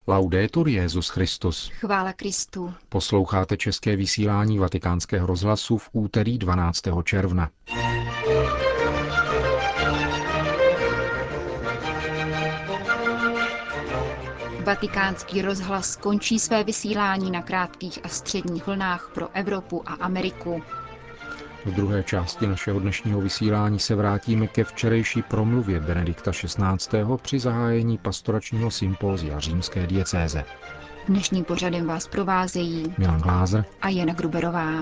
Laudetur Jesus Christus. Chvála Kristu. Posloucháte české vysílání Vatikánského rozhlasu v úterý 12. června. Vatikánský rozhlas končí své vysílání na krátkých a středních vlnách pro Evropu a Ameriku. V druhé části našeho dnešního vysílání se vrátíme ke včerejší promluvě Benedikta XVI. Při zahájení pastoračního sympózia římské diecéze. Dnešním pořadem vás provázejí Milan Glázer a Jana Gruberová.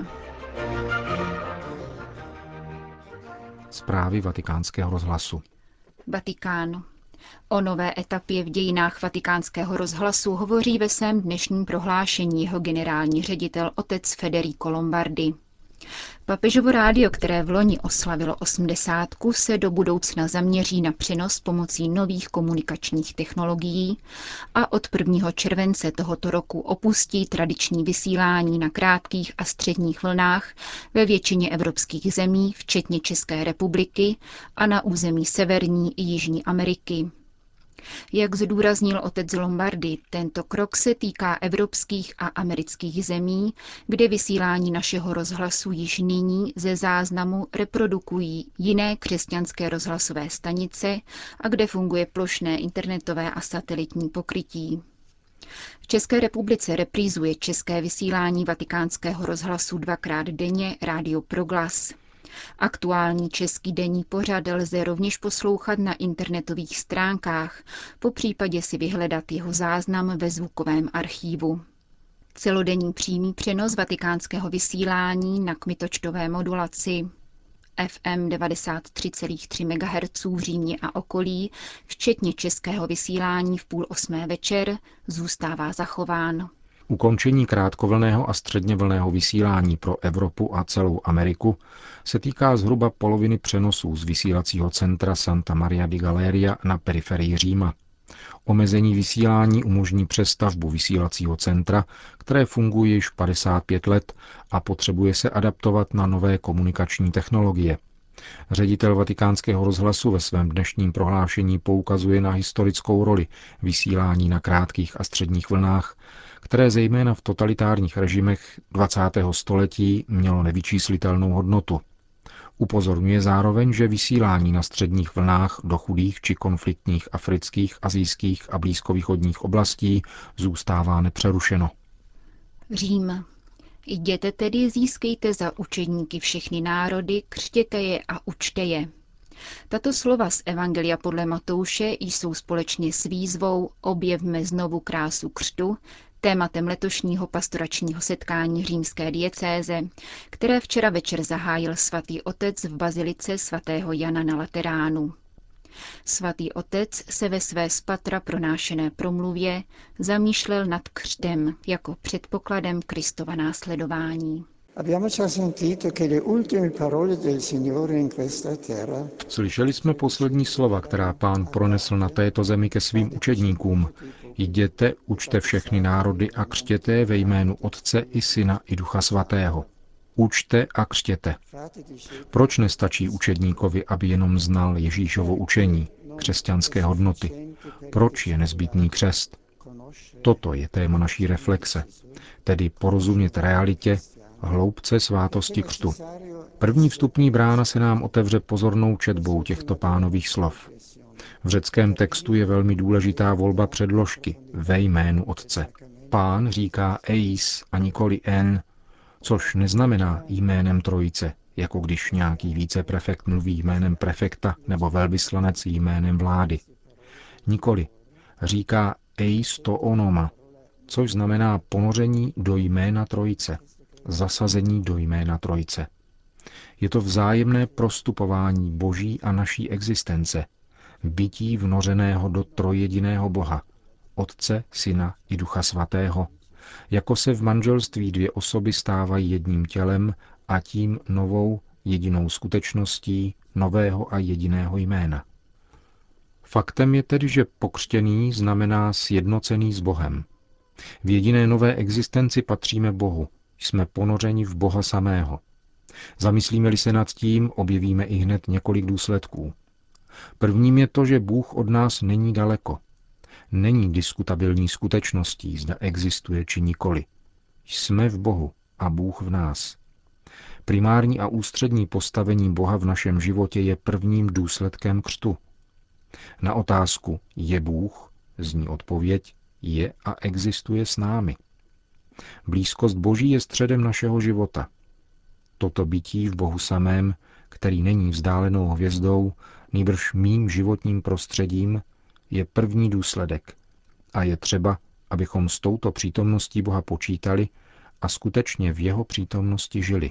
Zprávy Vatikánského rozhlasu. Vatikán. O nové etapě v dějinách Vatikánského rozhlasu hovoří ve svém dnešním prohlášení jeho generální ředitel otec Federico Lombardi. Papežovo rádio, které v loni oslavilo 80, se do budoucna zaměří na přenos pomocí nových komunikačních technologií a od 1. července tohoto roku opustí tradiční vysílání na krátkých a středních vlnách ve většině evropských zemí, včetně České republiky a na území Severní i Jižní Ameriky. Jak zdůraznil otec Lombardi, tento krok se týká evropských a amerických zemí, kde vysílání našeho rozhlasu již nyní ze záznamu reprodukují jiné křesťanské rozhlasové stanice a kde funguje plošné internetové a satelitní pokrytí. V České republice reprízuje české vysílání Vatikánského rozhlasu 2krát denně Rádio Proglas. Aktuální český denní pořad lze rovněž poslouchat na internetových stránkách, popřípadě si vyhledat jeho záznam ve zvukovém archívu. Celodenní přímý přenos vatikánského vysílání na kmitočtové modulaci FM 93,3 MHz v Římě a okolí, včetně českého vysílání v 7:30 večer, zůstává zachován. Ukončení krátkovlnného a středněvlnného vysílání pro Evropu a celou Ameriku se týká zhruba poloviny přenosů z vysílacího centra Santa Maria di Galeria na periferii Říma. Omezení vysílání umožní přestavbu vysílacího centra, které funguje již 55 let a potřebuje se adaptovat na nové komunikační technologie. Ředitel Vatikánského rozhlasu ve svém dnešním prohlášení poukazuje na historickou roli vysílání na krátkých a středních vlnách, které zejména v totalitárních režimech 20. století mělo nevyčíslitelnou hodnotu. Upozorňuje zároveň, že vysílání na středních vlnách do chudých či konfliktních afrických, asijských a blízkovýchodních oblastí zůstává nepřerušeno. Řím. Jděte tedy, získejte za učedníky všechny národy, křtěte je a učte je. Tato slova z Evangelia podle Matouše jsou společně s výzvou Objevme znovu krásu křtu, tématem letošního pastoračního setkání římské diecéze, které včera večer zahájil svatý otec v bazilice svatého Jana na Lateránu. Svatý otec se ve své z patra pronášené promluvě zamýšlel nad křtem jako předpokladem Kristova následování. Slyšeli jsme poslední slova, která Pán pronesl na této zemi ke svým učedníkům. Jděte, učte všechny národy a křtěte je ve jménu Otce i Syna i Ducha Svatého. Učte a křtěte. Proč nestačí učedníkovi, aby jenom znal Ježíšovo učení, křesťanské hodnoty? Proč je nezbytný křest? Toto je téma naší reflexe, tedy porozumět realitě, hloubce svátosti křtu. První vstupní brána se nám otevře pozornou četbou těchto Pánových slov. V řeckém textu je velmi důležitá volba předložky ve jménu Otce. Pán říká eis a nikoli en, což neznamená jménem Trojice, jako když nějaký viceprefekt mluví jménem prefekta nebo velvyslanec jménem vlády. Nikoli, říká eis to onoma, což znamená ponoření do jména Trojice, zasazení do jména Trojice. Je to vzájemné prostupování Boží a naší existence, bytí vnořeného do trojjediného Boha, Otce, Syna i Ducha Svatého, jako se v manželství dvě osoby stávají jedním tělem a tím novou jedinou skutečností nového a jediného jména. Faktem je tedy, že pokřtěný znamená sjednocený s Bohem. V jediné nové existenci patříme Bohu, jsme ponořeni v Boha samého. Zamyslíme-li se nad tím, objevíme i hned několik důsledků. Prvním je to, že Bůh od nás není daleko. Není diskutabilní skutečností, zda existuje či nikoli. Jsme v Bohu a Bůh v nás. Primární a ústřední postavení Boha v našem životě je prvním důsledkem křtu. Na otázku je Bůh zní odpověď je a existuje s námi. Blízkost Boží je středem našeho života. Toto bytí v Bohu samém, který není vzdálenou hvězdou, nýbrž mým životním prostředím, je první důsledek. A je třeba, abychom s touto přítomností Boha počítali a skutečně v jeho přítomnosti žili.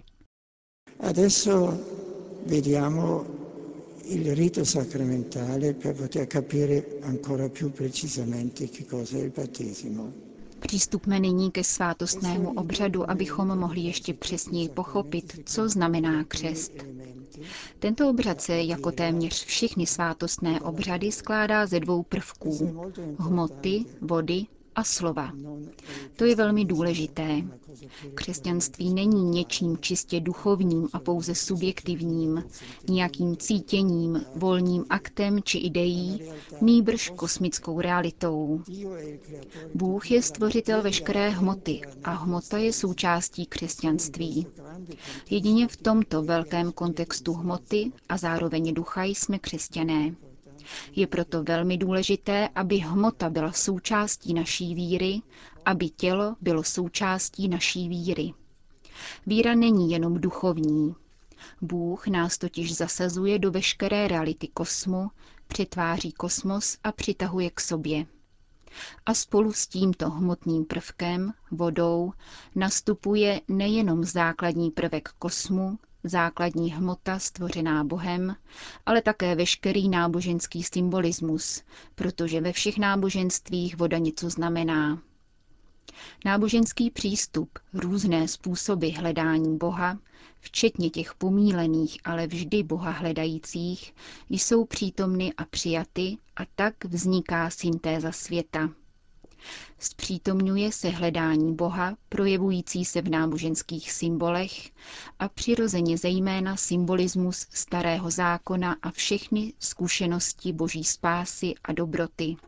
Adesso vediamo il rito sacramentale per poter capire ancora più precisamente che cosa è il battesimo. Přistupme nyní ke svátostnému obřadu, abychom mohli ještě přesněji pochopit, co znamená křest. Tento obřad se, jako téměř všechny svátostné obřady, skládá ze dvou prvků – hmoty, vody a slova. To je velmi důležité. Křesťanství není něčím čistě duchovním a pouze subjektivním, nějakým cítěním, volným aktem či ideí, nýbrž kosmickou realitou. Bůh je stvořitel veškeré hmoty a hmota je součástí křesťanství. Jedině v tomto velkém kontextu hmoty a zároveň ducha jsme křesťané. Je proto velmi důležité, aby hmota byla součástí naší víry, aby tělo bylo součástí naší víry. Víra není jenom duchovní. Bůh nás totiž zasazuje do veškeré reality kosmu, přetváří kosmos a přitahuje k sobě. A spolu s tímto hmotným prvkem, vodou, nastupuje nejenom základní prvek kosmu, základní hmota stvořená Bohem, ale také veškerý náboženský symbolismus, protože ve všech náboženstvích voda něco znamená. Náboženský přístup, různé způsoby hledání Boha, včetně těch pomílených, ale vždy Boha hledajících, jsou přítomny a přijaty a tak vzniká syntéza světa. Zpřítomňuje se hledání Boha, projevující se v náboženských symbolech a přirozeně zejména symbolismus Starého zákona a všechny zkušenosti Boží spásy a dobroty.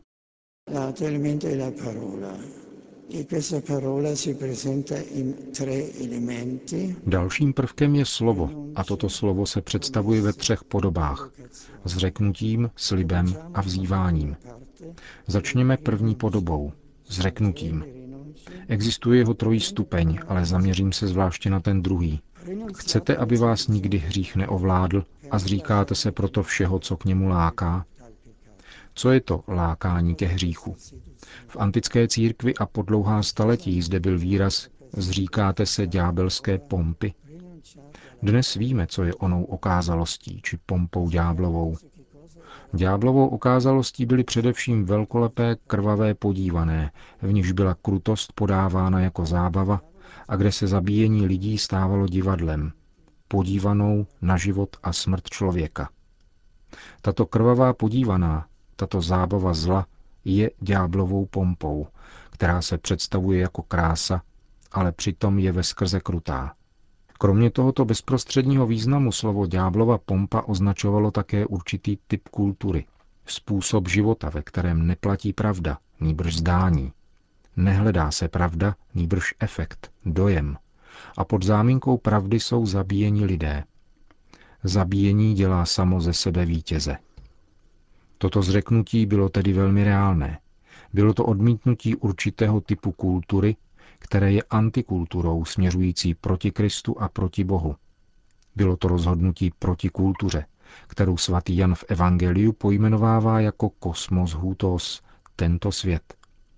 Dalším prvkem je slovo a toto slovo se představuje ve 3 podobách. Zřeknutím, slibem a vzýváním. Začněme první podobou, zřeknutím. Existuje jeho 3. stupeň, ale zaměřím se zvláště na ten druhý. Chcete, aby vás nikdy hřích neovládl a zříkáte se proto všeho, co k němu láká? Co je to lákání ke hříchu? V antické církvi a po dlouhá staletí zde byl výraz zříkáte se ďábelské pompy. Dnes víme, co je onou okázalostí či pompou ďáblovou. Ďáblovou okázalostí byly především velkolepé krvavé podívané, v nichž byla krutost podávána jako zábava a kde se zabíjení lidí stávalo divadlem, podívanou na život a smrt člověka. Tato krvavá podívaná, tato zábava zla je ďáblovou pompou, která se představuje jako krása, ale přitom je veskrze krutá. Kromě tohoto bezprostředního významu slovo ďáblova pompa označovalo také určitý typ kultury, způsob života, ve kterém neplatí pravda, nýbrž zdání. Nehledá se pravda, nýbrž efekt, dojem. A pod záminkou pravdy jsou zabíjeni lidé. Zabíjení dělá samo ze sebe vítěze. Toto zřeknutí bylo tedy velmi reálné. Bylo to odmítnutí určitého typu kultury, které je antikulturou směřující proti Kristu a proti Bohu. Bylo to rozhodnutí proti kultuře, kterou svatý Jan v Evangeliu pojmenovává jako kosmos hůtos, tento svět.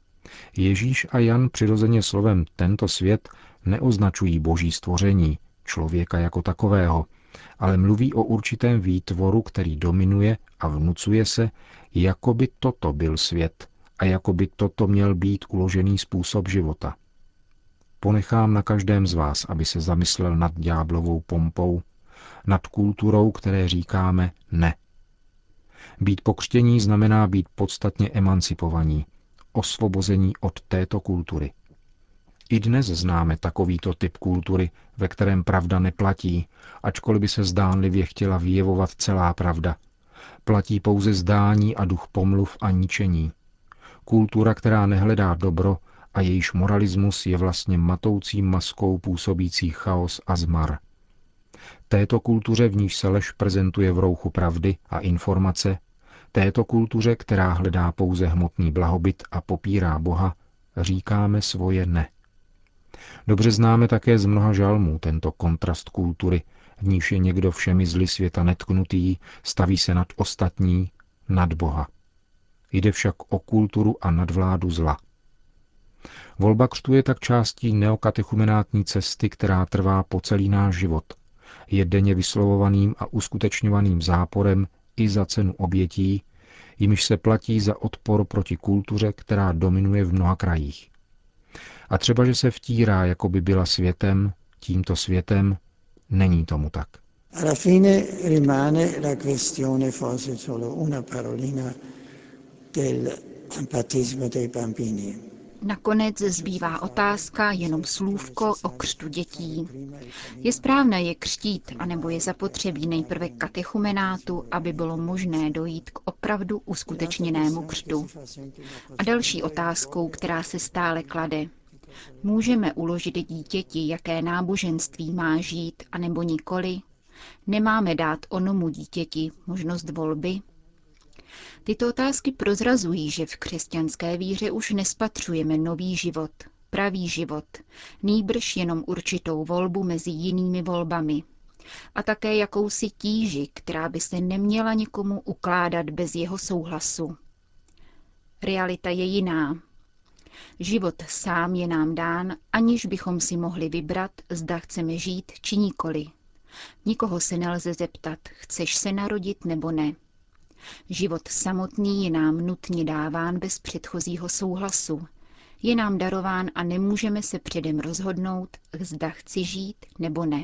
Ježíš a Jan přirozeně slovem tento svět neoznačují boží stvoření, člověka jako takového, ale mluví o určitém výtvoru, který dominuje a vnucuje se, jako by toto byl svět a jako by toto měl být uložený způsob života. Ponechám na každém z vás, aby se zamyslel nad ďáblovou pompou, nad kulturou, které říkáme ne. Být pokřtění znamená být podstatně emancipovaní, osvobození od této kultury. I dnes známe takovýto typ kultury, ve kterém pravda neplatí, ačkoliv by se zdánlivě chtěla vyjevovat celá pravda. Platí pouze zdání a duch pomluv a ničení. Kultura, která nehledá dobro a jejíž moralismus je vlastně matoucí maskou působící chaos a zmar. Této kultuře, v níž se lež prezentuje v rouchu pravdy a informace, této kultuře, která hledá pouze hmotný blahobyt a popírá Boha, říkáme svoje ne. Dobře známe také z mnoha žalmů tento kontrast kultury, v níž je někdo všemi zly světa netknutý, staví se nad ostatní, nad Boha. Jde však o kulturu a nadvládu zla. Volba křtu je tak částí neokatechumenátní cesty, která trvá po celý náš život. Je denně vyslovovaným a uskutečňovaným záporem i za cenu obětí, jimiž se platí za odpor proti kultuře, která dominuje v mnoha krajích. A třeba, že se vtírá, jako by byla světem, tímto světem, není tomu tak. Alla fine rimane la questione, forse solo una parolina, del battesimo dei bambini. Nakonec zbývá otázka, jenom slůvko o křtu dětí. Je správné je křtít, anebo je zapotřebí nejprve katechumenátu, aby bylo možné dojít k opravdu uskutečněnému křtu? A další otázkou, která se stále klade. Můžeme uložit dítěti, jaké náboženství má žít, anebo nikoli? Nemáme dát onomu dítěti možnost volby? Tyto otázky prozrazují, že v křesťanské víře už nespatřujeme nový život, pravý život, nýbrž jenom určitou volbu mezi jinými volbami. A také jakousi tíži, která by se neměla nikomu ukládat bez jeho souhlasu. Realita je jiná. Život sám je nám dán, aniž bychom si mohli vybrat, zda chceme žít či nikoli. Nikoho se nelze zeptat, chceš se narodit nebo ne. Život samotný je nám nutně dáván bez předchozího souhlasu. Je nám darován a nemůžeme se předem rozhodnout, zda chci žít nebo ne.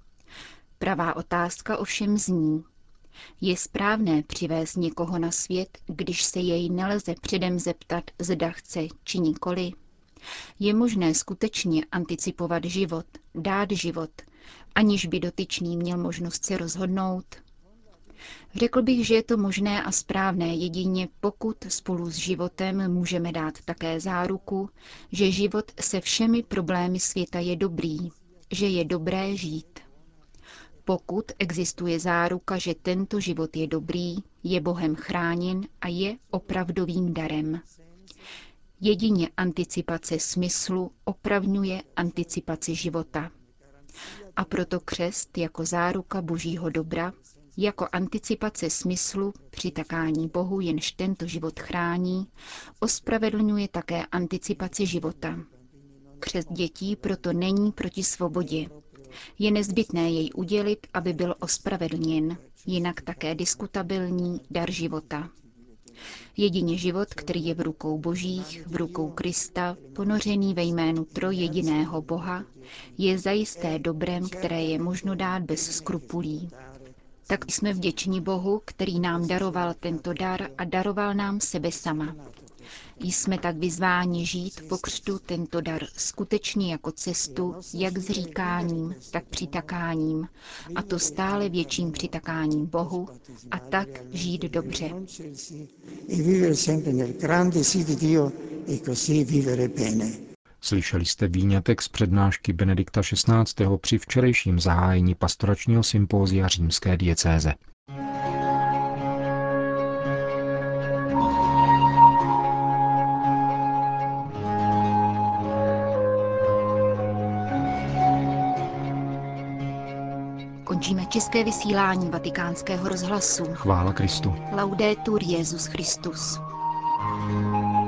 Pravá otázka ovšem zní. Je správné přivést někoho na svět, když se jej nelze předem zeptat, zda chce či nikoli? Je možné skutečně anticipovat život, dát život, aniž by dotyčný měl možnost se rozhodnout? Řekl bych, že je to možné a správné jedině, pokud spolu s životem můžeme dát také záruku, že život se všemi problémy světa je dobrý, že je dobré žít. Pokud existuje záruka, že tento život je dobrý, je Bohem chráněn a je opravdovým darem. Jedině anticipace smyslu opravňuje anticipaci života. A proto křest jako záruka božího dobra, jako anticipace smyslu při takání Bohu, jenž tento život chrání, ospravedlňuje také anticipaci života. Křest dětí proto není proti svobodě. Je nezbytné jej udělit, aby byl ospravedlněn, jinak také diskutabilní dar života. Jedině život, který je v rukou božích, v rukou Krista, ponořený ve jménu trojjediného Boha, je zajisté dobrem, které je možno dát bez skrupulí. Tak jsme vděční Bohu, který nám daroval tento dar a daroval nám sebe sama. Jsme tak vyzváni žít po křtu tento dar skutečně jako cestu, jak zříkáním, tak přitakáním, a to stále větším přitakáním Bohu, a tak žít dobře. Slyšeli jste výňatek z přednášky Benedikta XVI. Při včerejším zahájení pastoračního sympózia římské diecéze. Končíme české vysílání Vatikánského rozhlasu. Chvála Kristu. Laudetur Jesus Christus.